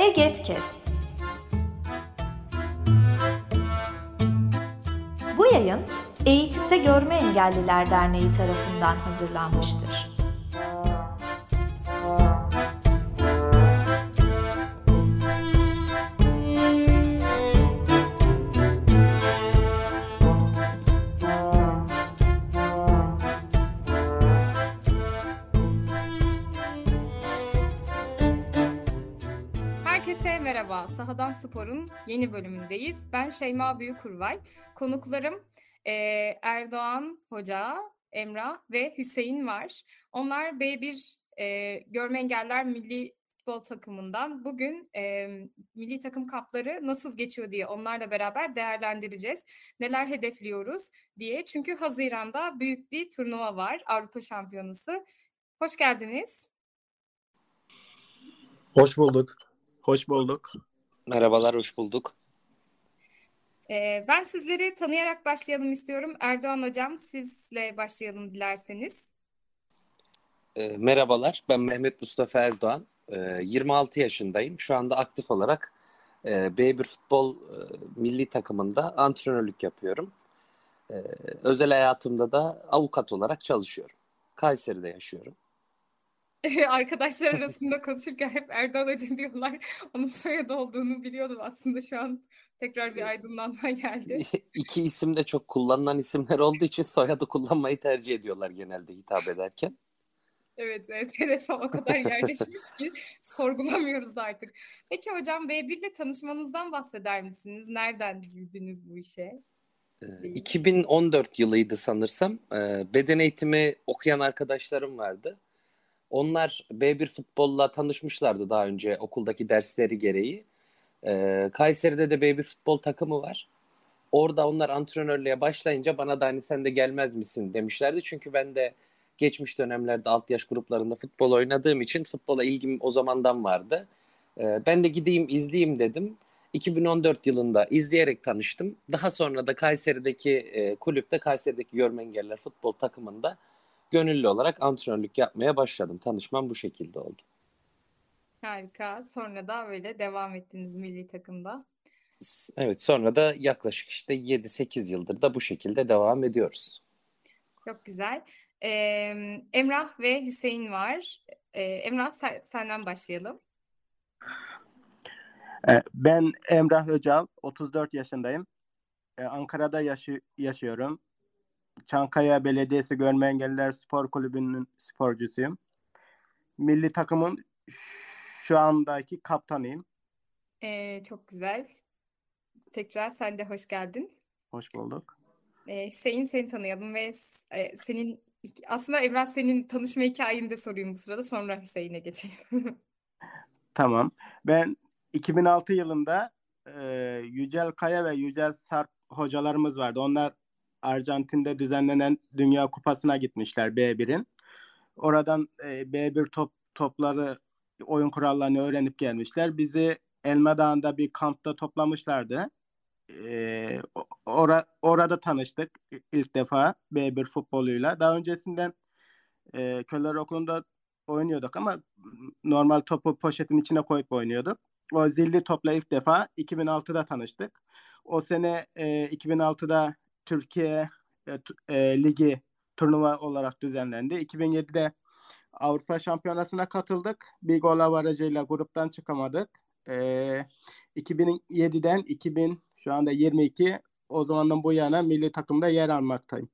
Egetkest. Bu yayın Eğitimde Görme Engelliler Derneği tarafından hazırlanmıştır. Herkese merhaba. Sahadan Spor'un yeni bölümündeyiz. Ben Şeyma Büyükurvay. Konuklarım Erdoğan Hoca, Emrah ve Hüseyin var. Onlar B1 Görme Engelliler Milli Futbol Takımından bugün milli takım kampları nasıl geçiyor diye onlarla beraber değerlendireceğiz. Neler hedefliyoruz diye. Çünkü Haziran'da büyük bir turnuva var. Avrupa Şampiyonası. Hoş geldiniz. Hoş bulduk. Hoş bulduk. Merhabalar, hoş bulduk. Ben sizleri tanıyarak başlayalım istiyorum. Erdoğan Hocam, sizle başlayalım dilerseniz. Merhabalar, ben Mehmet Mustafa Erdoğan. 26 yaşındayım. Şu anda aktif olarak B1 Futbol milli takımında antrenörlük yapıyorum. Özel hayatımda da avukat olarak çalışıyorum. Kayseri'de yaşıyorum. Arkadaşlar arasında konuşurken hep Erdoğan Hoca diyorlar. Onun soyadı olduğunu biliyordum aslında, şu an tekrar bir aydınlanma geldi. İki isim de çok kullanılan isimler olduğu için soyadı kullanmayı tercih ediyorlar genelde hitap ederken. Evet, enteresan, o kadar yerleşmiş ki sorgulamıyoruz artık. Peki hocam, B1 ile tanışmanızdan bahseder misiniz? Nereden girdiniz bu işe? 2014 yılıydı sanırsam. Beden eğitimi okuyan arkadaşlarım vardı. Onlar B1 futbolla tanışmışlardı daha önce okuldaki dersleri gereği. Kayseri'de de B1 futbol takımı var. Orada onlar antrenörlüğe başlayınca bana da hani sen de gelmez misin demişlerdi. Çünkü ben de geçmiş dönemlerde alt yaş gruplarında futbol oynadığım için futbola ilgim o zamandan vardı. Ben de gideyim izleyeyim dedim. 2014 yılında izleyerek tanıştım. Daha sonra da Kayseri'deki kulüpte, Kayseri'deki Görme Engelliler futbol takımında gönüllü olarak antrenörlük yapmaya başladım. Tanışmam bu şekilde oldu. Harika. Sonra da böyle devam ettiniz milli takımda. Evet, sonra da yaklaşık işte 7-8 yıldır da bu şekilde devam ediyoruz. Çok güzel. Emrah ve Hüseyin var. Emrah, senden başlayalım. Ben Emrah Öcal, 34 yaşındayım. Ankara'da yaşıyorum. Çankaya Belediyesi Görme Engelliler Spor Kulübü'nün sporcusuyum. Milli takımın şu andaki kaptanıyım. Çok güzel. Tekrar sen de hoş geldin. Hoş bulduk. Hüseyin, seni tanıyalım ve senin aslında Emrah, senin tanışma hikayeni de sorayım bu sırada, sonra Hüseyin'e geçelim. Tamam. Ben 2006 yılında Yücel Kaya ve Yücel Sarp hocalarımız vardı. Onlar Arjantin'de düzenlenen Dünya Kupası'na gitmişler B1'in. Oradan B1 topları, oyun kurallarını öğrenip gelmişler. Bizi Elma Dağı'nda bir kampta toplamışlardı. Orada tanıştık ilk defa B1 futboluyla. Daha öncesinden Köller Okulu'nda oynuyorduk ama normal topu poşetin içine koyup oynuyorduk. O zilli topla ilk defa 2006'da tanıştık. O sene 2006'da Türkiye Ligi turnuva olarak düzenlendi. 2007'de Avrupa Şampiyonası'na katıldık. Bir gol avarajıyla gruptan çıkamadık. 2007'den 2000 şu anda 22, o zamandan bu yana milli takımda yer almaktayım.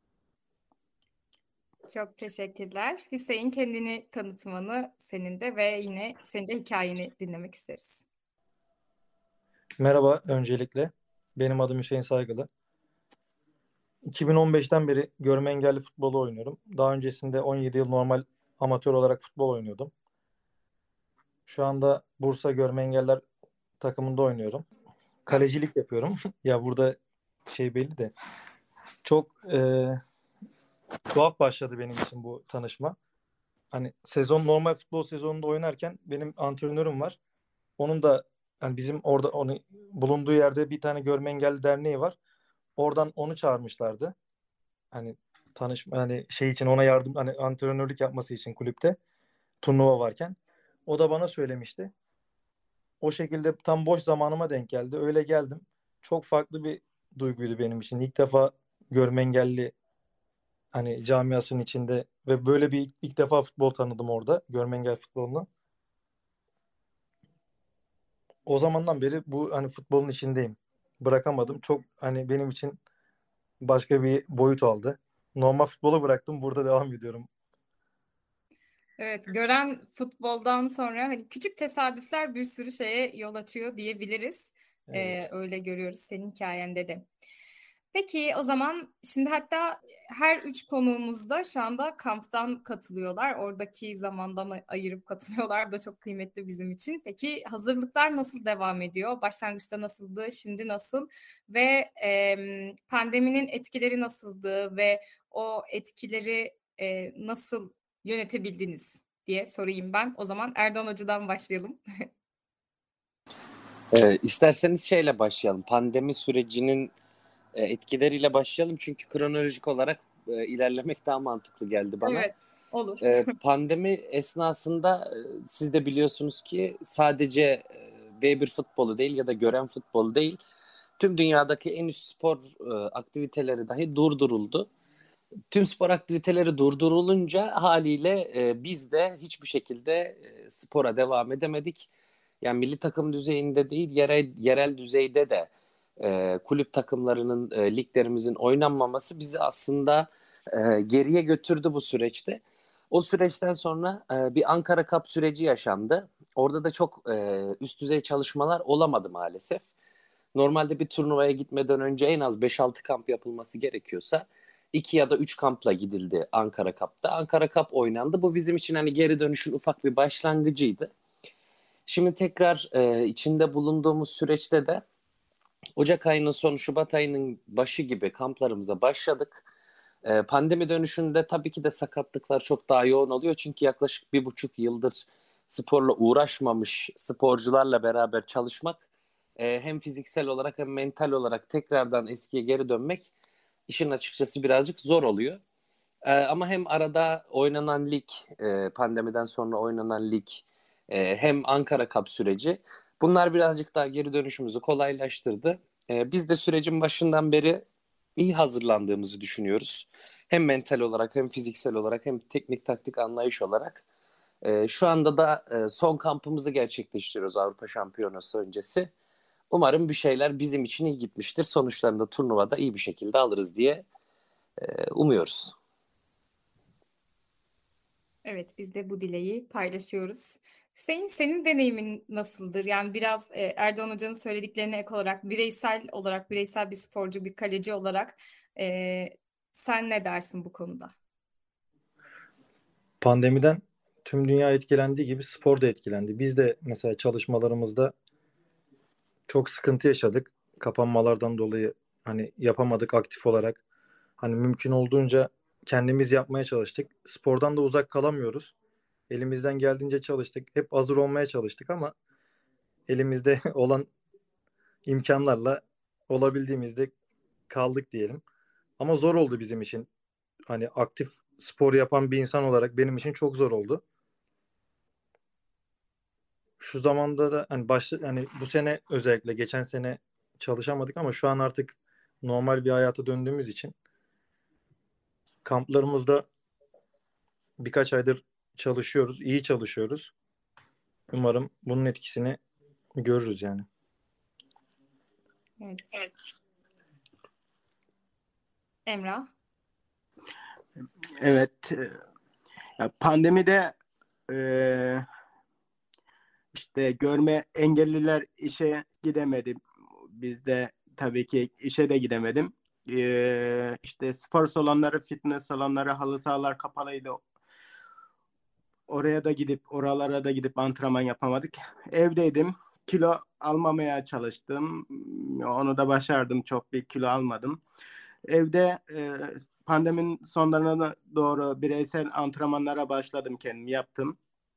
Çok teşekkürler. Hüseyin, kendini tanıtmanı senin de ve yine senin de hikayeni dinlemek isteriz. Merhaba öncelikle. Benim adım Hüseyin Saygılı. 2015'ten beri görme engelli futbolu oynuyorum. Daha öncesinde 17 yıl normal amatör olarak futbol oynuyordum. Şu anda Bursa Görme Engeller takımında oynuyorum. Kalecilik yapıyorum. Ya burada belli de. Çok tuhaf başladı benim için bu tanışma. Hani normal futbol sezonunda oynarken benim antrenörüm var. Onun da yani bizim orada bulunduğu yerde bir tane görme engelli derneği var. Oradan onu çağırmışlardı. Hani tanışma, hani için ona yardım, hani antrenörlük yapması için kulüpte turnuva varken. O da bana söylemişti. O şekilde tam boş zamanıma denk geldi. Öyle geldim. Çok farklı bir duyguydu benim için. İlk defa görme engelli hani camiasının içinde ve böyle bir ilk defa futbol tanıdım orada. Görme engelli futbolunu. O zamandan beri bu hani futbolun içindeyim. Bırakamadım. Çok hani benim için başka bir boyut aldı. Normal futbolu bıraktım. Burada devam ediyorum. Evet, gören futboldan sonra hani küçük tesadüfler bir sürü şeye yol açıyor diyebiliriz. Evet. Öyle görüyoruz senin hikayende de. Peki o zaman şimdi hatta her üç konuğumuz da şu anda kamptan katılıyorlar. Oradaki zamandan ayırıp katılıyorlar. Bu da çok kıymetli bizim için. Peki hazırlıklar nasıl devam ediyor? Başlangıçta nasıldı? Şimdi nasıl? Ve pandeminin etkileri nasıldı? Ve o etkileri nasıl yönetebildiniz diye sorayım ben. O zaman Erdoğan Hoca'dan başlayalım. İsterseniz şeyle başlayalım. Pandemi sürecinin etkileriyle başlayalım. Çünkü kronolojik olarak ilerlemek daha mantıklı geldi bana. Evet, olur. Pandemi esnasında siz de biliyorsunuz ki sadece B1 futbolu değil ya da gören futbolu değil, tüm dünyadaki en üst spor aktiviteleri dahi durduruldu. Tüm spor aktiviteleri durdurulunca haliyle biz de hiçbir şekilde spora devam edemedik. Yani milli takım düzeyinde değil, yerel düzeyde de kulüp takımlarının, liglerimizin oynanmaması bizi aslında geriye götürdü bu süreçte. O süreçten sonra bir Ankara Cup süreci yaşandı. Orada da çok üst düzey çalışmalar olamadı maalesef. Normalde bir turnuvaya gitmeden önce en az 5-6 kamp yapılması gerekiyorsa 2 ya da 3 kampla gidildi Ankara Cup'ta. Ankara Cup oynandı. Bu bizim için hani geri dönüşün ufak bir başlangıcıydı. Şimdi tekrar içinde bulunduğumuz süreçte de Ocak ayının sonu, Şubat ayının başı gibi kamplarımıza başladık. Pandemi dönüşünde tabii ki de sakatlıklar çok daha yoğun oluyor. Çünkü yaklaşık 1,5 yıldır sporla uğraşmamış sporcularla beraber çalışmak hem fiziksel olarak hem mental olarak tekrardan eskiye geri dönmek işin açıkçası birazcık zor oluyor. Ama hem arada oynanan lig, pandemiden sonra oynanan lig, hem Ankara Cup süreci bunlar birazcık daha geri dönüşümüzü kolaylaştırdı. Biz de sürecin başından beri iyi hazırlandığımızı düşünüyoruz. Hem mental olarak hem fiziksel olarak hem teknik taktik anlayış olarak. Şu anda da son kampımızı gerçekleştiriyoruz Avrupa Şampiyonası öncesi. Umarım bir şeyler bizim için iyi gitmiştir. Sonuçlarını da turnuvada iyi bir şekilde alırız diye umuyoruz. Evet, biz de bu dileği paylaşıyoruz. Senin deneyimin nasıldır? Yani biraz Erdoğan Hoca'nın söylediklerine ek olarak bireysel bir sporcu, bir kaleci olarak sen ne dersin bu konuda? Pandemiden tüm dünya etkilendiği gibi spor da etkilendi. Biz de mesela çalışmalarımızda çok sıkıntı yaşadık. Kapanmalardan dolayı hani yapamadık aktif olarak. Hani mümkün olduğunca kendimiz yapmaya çalıştık. Spordan da uzak kalamıyoruz. Elimizden geldiğince çalıştık. Hep hazır olmaya çalıştık ama elimizde olan imkanlarla olabildiğimizde kaldık diyelim. Ama zor oldu bizim için. Hani aktif spor yapan bir insan olarak benim için çok zor oldu. Şu zamanda da hani bu sene özellikle geçen sene çalışamadık ama şu an artık normal bir hayata döndüğümüz için kamplarımızda birkaç aydır çalışıyoruz, iyi çalışıyoruz. Umarım bunun etkisini görürüz yani. Evet. Emrah? Evet. Ya pandemide e, işte görme engelliler işe gidemedi. Biz de tabii ki işe de gidemedim. İşte spor salonları, fitness salonları, halı sahalar kapalıydı. Oralara da gidip antrenman yapamadık. Evdeydim. Kilo almamaya çalıştım. Onu da başardım. Çok bir kilo almadım. Evde pandeminin sonlarına doğru bireysel antrenmanlara başladım, kendim yaptım.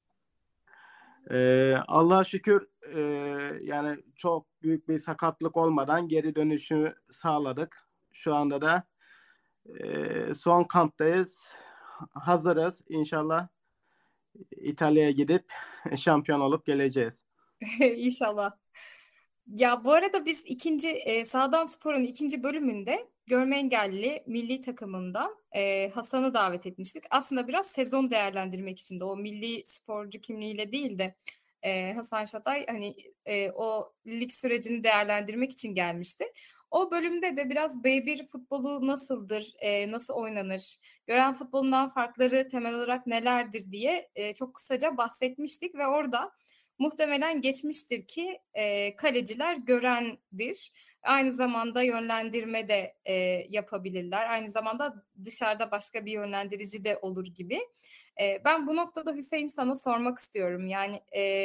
Allah'a şükür yani çok büyük bir sakatlık olmadan geri dönüşü sağladık. Şu anda da son kamptayız. Hazırız. İnşallah İtalya'ya gidip şampiyon olup geleceğiz. İnşallah. Ya bu arada biz Sağdan Spor'un ikinci bölümünde görme engelli milli takımından Hasan'ı davet etmiştik. Aslında biraz sezon değerlendirmek için de o milli sporcu kimliğiyle değil de Hasan Şatay hani o lig sürecini değerlendirmek için gelmişti. O bölümde de biraz B1 futbolu nasıldır, nasıl oynanır, gören futbolundan farkları temel olarak nelerdir diye çok kısaca bahsetmiştik ve orada muhtemelen geçmiştir ki kaleciler görendir. Aynı zamanda yönlendirme de yapabilirler. Aynı zamanda dışarıda başka bir yönlendirici de olur gibi. Ben bu noktada Hüseyin sana sormak istiyorum. Yani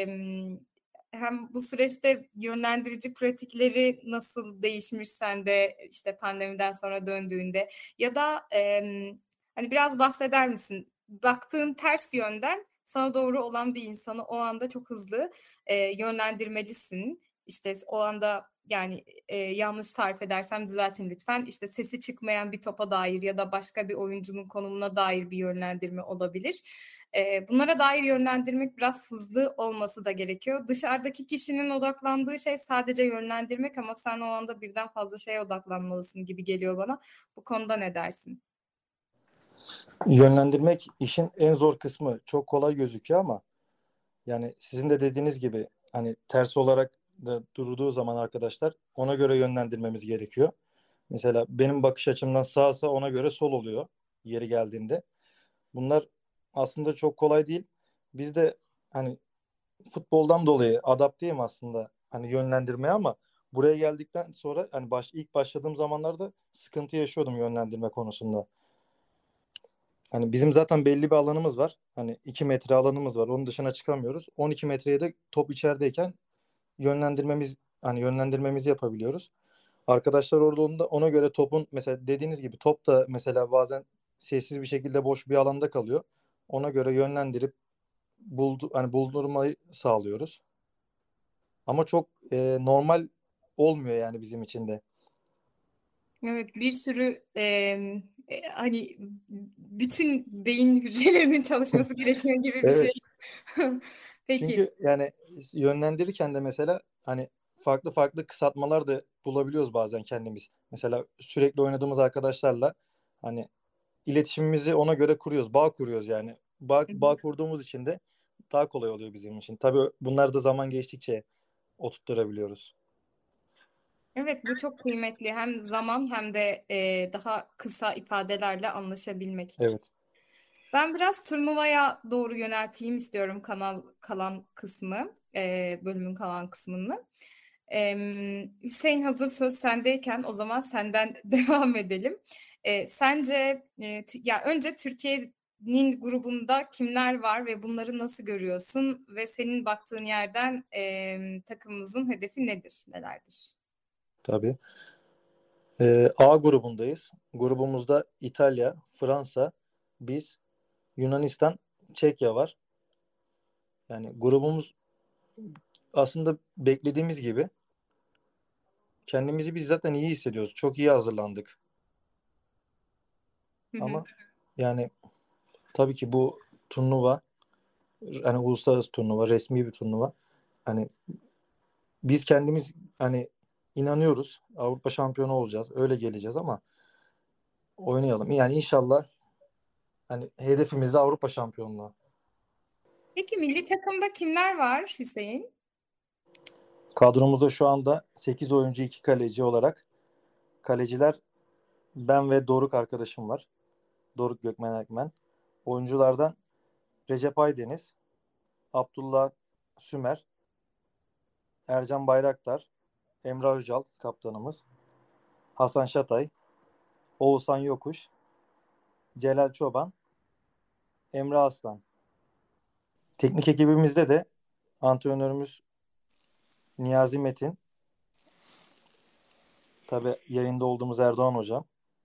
hem bu süreçte yönlendirici pratikleri nasıl değişmiş sende işte pandemiden sonra döndüğünde ya da hani biraz bahseder misin? Baktığın ters yönden sana doğru olan bir insanı o anda çok hızlı yönlendirmelisin. İşte o anda yani yanlış tarif edersem düzeltin lütfen. İşte sesi çıkmayan bir topa dair ya da başka bir oyuncunun konumuna dair bir yönlendirme olabilir. Bunlara dair yönlendirmek biraz hızlı olması da gerekiyor. Dışarıdaki kişinin odaklandığı şey sadece yönlendirmek ama sen o anda birden fazla şeye odaklanmalısın gibi geliyor bana. Bu konuda ne dersin? Yönlendirmek işin en zor kısmı. Çok kolay gözüküyor ama yani sizin de dediğiniz gibi hani ters olarak da durduğu zaman arkadaşlar ona göre yönlendirmemiz gerekiyor. Mesela benim bakış açımdan sağsa ona göre sol oluyor yeri geldiğinde. Bunlar aslında çok kolay değil. Biz de hani futboldan dolayı adapteyim aslında hani yönlendirmeye ama buraya geldikten sonra hani ilk başladığım zamanlarda sıkıntı yaşıyordum yönlendirme konusunda. Hani bizim zaten belli bir alanımız var. Hani 2 metre alanımız var. Onun dışına çıkamıyoruz. 12 metreye de top içerideyken yönlendirmemizi yapabiliyoruz. Arkadaşlar orada ona göre topun mesela dediğiniz gibi top da mesela bazen sessiz bir şekilde boş bir alanda kalıyor. Ona göre yönlendirip buldurmayı sağlıyoruz. Ama çok normal olmuyor yani bizim için de. Evet, bir sürü hani bütün beyin hücrelerinin çalışması gerekiyor gibi bir şey. Evet. Peki. Çünkü yani yönlendirirken de mesela hani farklı farklı kısaltmalar da bulabiliyoruz bazen kendimiz. Mesela sürekli oynadığımız arkadaşlarla hani iletişimimizi ona göre kuruyoruz. Bağ kuruyoruz yani. Bağ kurduğumuz için de daha kolay oluyor bizim için. Tabii bunlar da zaman geçtikçe oturtturabiliyoruz. Evet, bu çok kıymetli. Hem zaman hem de daha kısa ifadelerle anlaşabilmek. Evet. Ben biraz turnuvaya doğru yönelteyim istiyorum kalan kısmı, bölümün kalan kısmını. Hüseyin hazır söz sendeyken o zaman senden devam edelim. Sence ya önce Türkiye'nin grubunda kimler var ve bunları nasıl görüyorsun ve senin baktığın yerden takımımızın hedefi nedir, nelerdir? Tabii. A grubundayız. Grubumuzda İtalya, Fransa, biz, Yunanistan, Çekya var. Yani grubumuz aslında beklediğimiz gibi. Kendimizi biz zaten iyi hissediyoruz. Çok iyi hazırlandık. Hı hı. Ama yani tabii ki bu turnuva hani uluslararası turnuva, resmi bir turnuva. Hani biz kendimiz hani inanıyoruz. Avrupa şampiyonu olacağız. Öyle geleceğiz ama oynayalım. Yani inşallah hani hedefimiz de Avrupa şampiyonluğu. Peki milli takımda kimler var Hüseyin? Kadromuzda şu anda 8 oyuncu 2 kaleci olarak kaleciler ben ve Doruk arkadaşım var. Doruk Gökmen Erkmen. Oyunculardan Recep Aydeniz, Abdullah Sümer, Ercan Bayraktar, Emrah Öcal kaptanımız, Hasan Şatay, Oğuzhan Yokuş, Celal Çoban, Emre Aslan. Teknik ekibimizde de antrenörümüz Niyazi Metin, tabi yayında olduğumuz Erdoğan Hocam,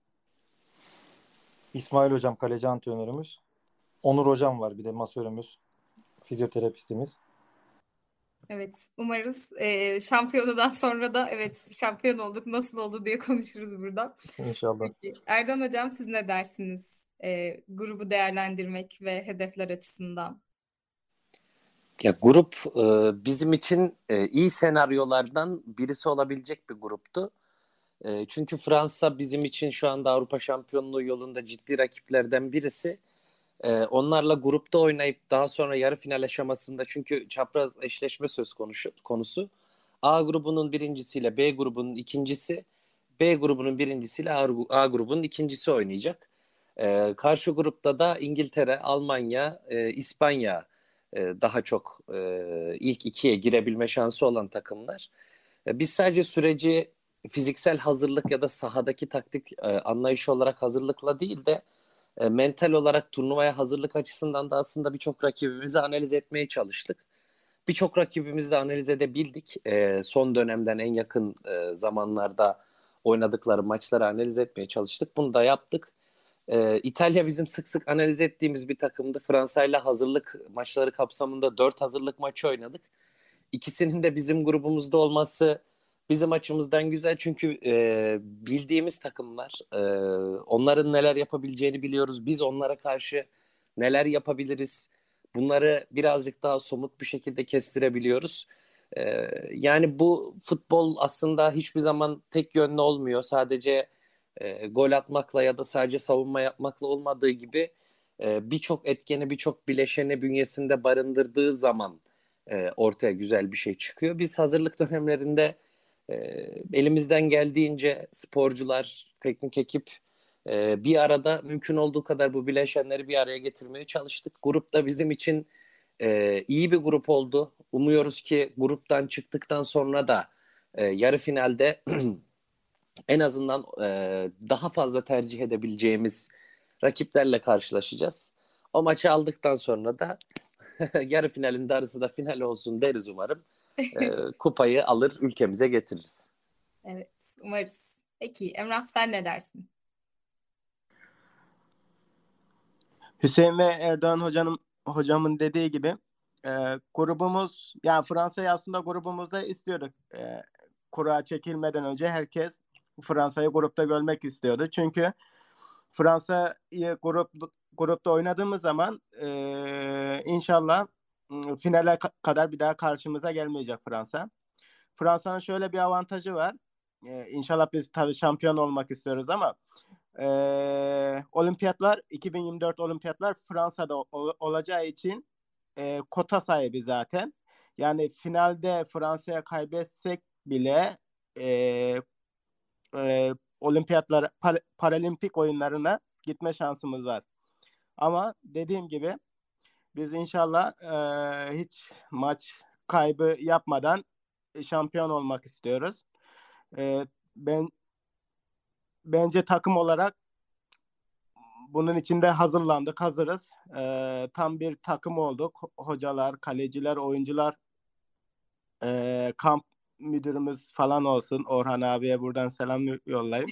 İsmail Hocam kaleci antrenörümüz, Onur Hocam var bir de masörümüz, fizyoterapistimiz. Evet, umarız şampiyonadan sonra da evet şampiyon olduk, nasıl oldu diye konuşuruz buradan. İnşallah. Peki, Erdem Hocam siz ne dersiniz grubu değerlendirmek ve hedefler açısından? Ya grup bizim için iyi senaryolardan birisi olabilecek bir gruptu. Çünkü Fransa bizim için şu anda Avrupa şampiyonluğu yolunda ciddi rakiplerden birisi. Onlarla grupta oynayıp daha sonra yarı final aşamasında, çünkü çapraz eşleşme söz konusu. A grubunun birincisiyle B grubunun ikincisi, B grubunun birincisiyle A grubunun ikincisi oynayacak. Karşı grupta da İngiltere, Almanya, İspanya daha çok ilk ikiye girebilme şansı olan takımlar. Biz sadece süreci fiziksel hazırlık ya da sahadaki taktik anlayışı olarak hazırlıkla değil de mental olarak turnuvaya hazırlık açısından da aslında birçok rakibimizi analiz etmeye çalıştık. Birçok rakibimizi de analiz edebildik. Son dönemden en yakın zamanlarda oynadıkları maçları analiz etmeye çalıştık. Bunu da yaptık. İtalya bizim sık sık analiz ettiğimiz bir takımdı. Fransa ile hazırlık maçları kapsamında 4 hazırlık maçı oynadık. İkisinin de bizim grubumuzda olması bizim açımızdan güzel, çünkü bildiğimiz takımlar, onların neler yapabileceğini biliyoruz. Biz onlara karşı neler yapabiliriz? Bunları birazcık daha somut bir şekilde kestirebiliyoruz. Yani bu futbol aslında hiçbir zaman tek yönlü olmuyor. Sadece gol atmakla ya da sadece savunma yapmakla olmadığı gibi birçok etkeni, birçok bileşeni bünyesinde barındırdığı zaman ortaya güzel bir şey çıkıyor. Biz hazırlık dönemlerinde e, elimizden geldiğince sporcular, teknik ekip bir arada mümkün olduğu kadar bu bileşenleri bir araya getirmeye çalıştık. Grup da bizim için iyi bir grup oldu. Umuyoruz ki gruptan çıktıktan sonra da yarı finalde en azından daha fazla tercih edebileceğimiz rakiplerle karşılaşacağız. O maçı aldıktan sonra da yarı finalin darısı da final olsun deriz umarım. Kupayı alır ülkemize getiririz. Evet, umarız. Peki Emrah, sen ne dersin? Hüseyin ve Erdoğan hocamın dediği gibi grubumuz, yani Fransa'yı aslında grubumuzda istiyorduk. Kura çekilmeden önce herkes Fransa'yı grupta görmek istiyordu. Çünkü Fransa'yı grupta oynadığımız zaman inşallah finale kadar bir daha karşımıza gelmeyecek Fransa. Fransa'nın şöyle bir avantajı var. İnşallah biz tabii şampiyon olmak istiyoruz ama olimpiyatlar 2024 olimpiyatlar Fransa'da olacağı için kota sahibi zaten. Yani finalde Fransa'ya kaybetsek bile olimpiyatlar paralimpik oyunlarına gitme şansımız var. Ama dediğim gibi biz inşallah hiç maç kaybı yapmadan şampiyon olmak istiyoruz. Ben bence takım olarak bunun için de hazırlandık, hazırız. Tam bir takım olduk. Hocalar, kaleciler, oyuncular, kamp müdürümüz falan olsun. Orhan abiye buradan selam yollayayım.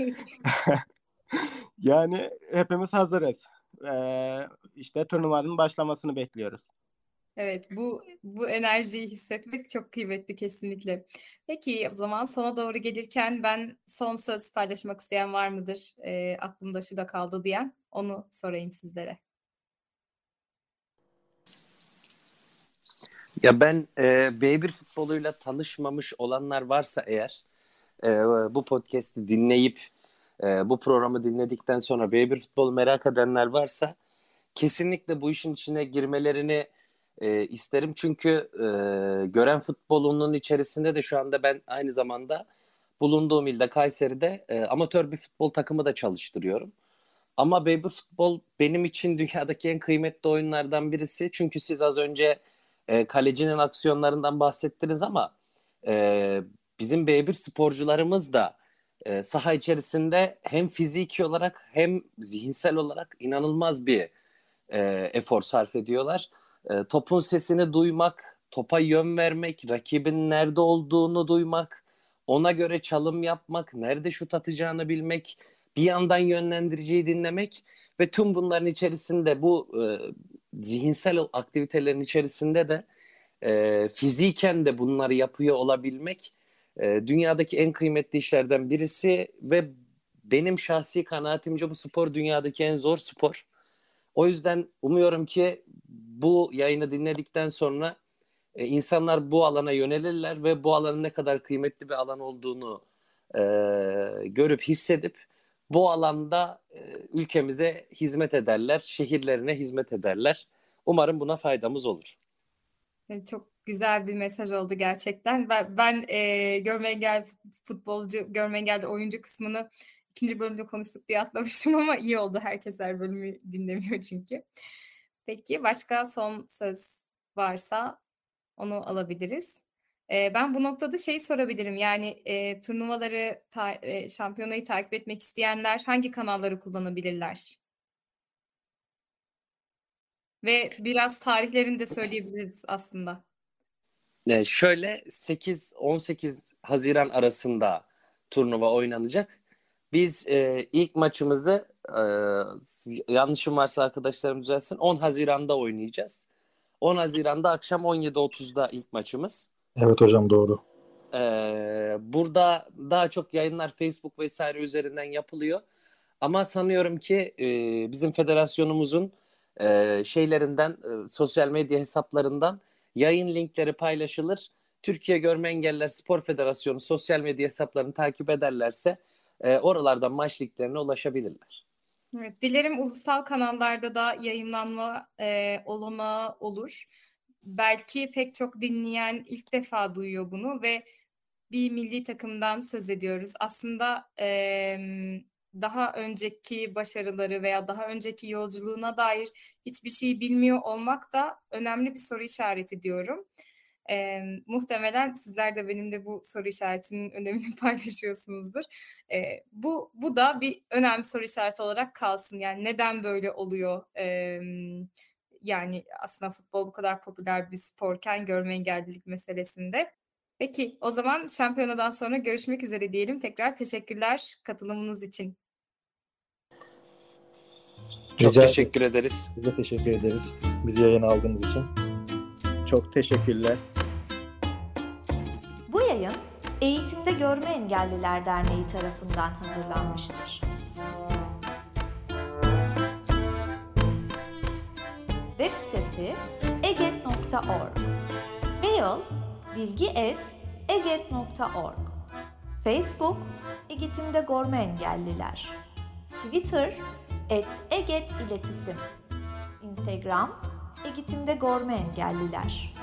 Yani hepimiz hazırız. İşte turnuvanın başlamasını bekliyoruz. Evet, bu enerjiyi hissetmek çok kıymetli kesinlikle. Peki o zaman sona doğru gelirken ben son söz paylaşmak isteyen var mıdır? Aklımda şu da kaldı diyen. Onu sorayım sizlere. Ya ben B1 futboluyla tanışmamış olanlar varsa eğer, bu podcast'i dinleyip bu programı dinledikten sonra B1 futbolu merak edenler varsa kesinlikle bu işin içine girmelerini isterim. Çünkü gören futbolunun içerisinde de şu anda ben aynı zamanda bulunduğum ilde Kayseri'de amatör bir futbol takımı da çalıştırıyorum. Ama B1 futbol benim için dünyadaki en kıymetli oyunlardan birisi. Çünkü siz az önce kalecinin aksiyonlarından bahsettiniz ama e, bizim B1 sporcularımız da saha içerisinde hem fiziki olarak hem zihinsel olarak inanılmaz bir efor sarf ediyorlar. Topun sesini duymak, topa yön vermek, rakibin nerede olduğunu duymak, ona göre çalım yapmak, nerede şut atacağını bilmek, bir yandan yönlendiriciyi dinlemek ve tüm bunların içerisinde bu zihinsel aktivitelerin içerisinde de fiziken de bunları yapıyor olabilmek dünyadaki en kıymetli işlerden birisi ve benim şahsi kanaatimce bu spor dünyadaki en zor spor. O yüzden umuyorum ki bu yayını dinledikten sonra insanlar bu alana yönelirler ve bu alanın ne kadar kıymetli bir alan olduğunu görüp hissedip bu alanda ülkemize hizmet ederler, şehirlerine hizmet ederler. Umarım buna faydamız olur. Çok güzel bir mesaj oldu gerçekten. Ben görme engelli futbolcu, görme engelli oyuncu kısmını ikinci bölümde konuştuk diye atlamıştım ama iyi oldu. Herkes her bölümü dinlemiyor çünkü. Peki başka son söz varsa onu alabiliriz. Ben bu noktada sorabilirim. Yani turnuvaları, şampiyonayı takip etmek isteyenler hangi kanalları kullanabilirler? Ve biraz tarihlerini de söyleyebiliriz aslında. Şöyle 8-18 Haziran arasında turnuva oynanacak. Biz ilk maçımızı yanlışım varsa arkadaşlarım düzelsin 10 Haziran'da oynayacağız. 10 Haziran'da akşam 17.30'da ilk maçımız. Evet hocam, doğru. Burada daha çok yayınlar Facebook vesaire üzerinden yapılıyor. Ama sanıyorum ki bizim federasyonumuzun şeylerinden, sosyal medya hesaplarından yayın linkleri paylaşılır. Türkiye Görme Engelliler Spor Federasyonu sosyal medya hesaplarını takip ederlerse oralardan maç linklerine ulaşabilirler. Evet, dilerim ulusal kanallarda da yayınlanma olanağı olur. Belki pek çok dinleyen ilk defa duyuyor bunu ve bir milli takımdan söz ediyoruz. Aslında daha önceki başarıları veya daha önceki yolculuğuna dair hiçbir şey bilmiyor olmak da önemli bir soru işareti diyorum. Muhtemelen sizler de benimle bu soru işaretinin önemini paylaşıyorsunuzdur. Bu da bir önemli soru işareti olarak kalsın. Yani neden böyle oluyor? Yani aslında futbol bu kadar popüler bir sporken görme engellilik meselesinde. Peki o zaman şampiyonadan sonra görüşmek üzere diyelim. Tekrar teşekkürler katılımınız için. Çok Rica teşekkür ederiz. Biz de teşekkür ederiz. Bizi yayına aldığınız için. Çok teşekkürler. Bu yayın Eğitimde Görme Engelliler Derneği tarafından hazırlanmıştır. Web sitesi eget.org. Mail bilgi@eget.org. Facebook Eğitimde Görme Engelliler. Twitter @eget iletisim. Instagram Eğitimde Görme Engelliler.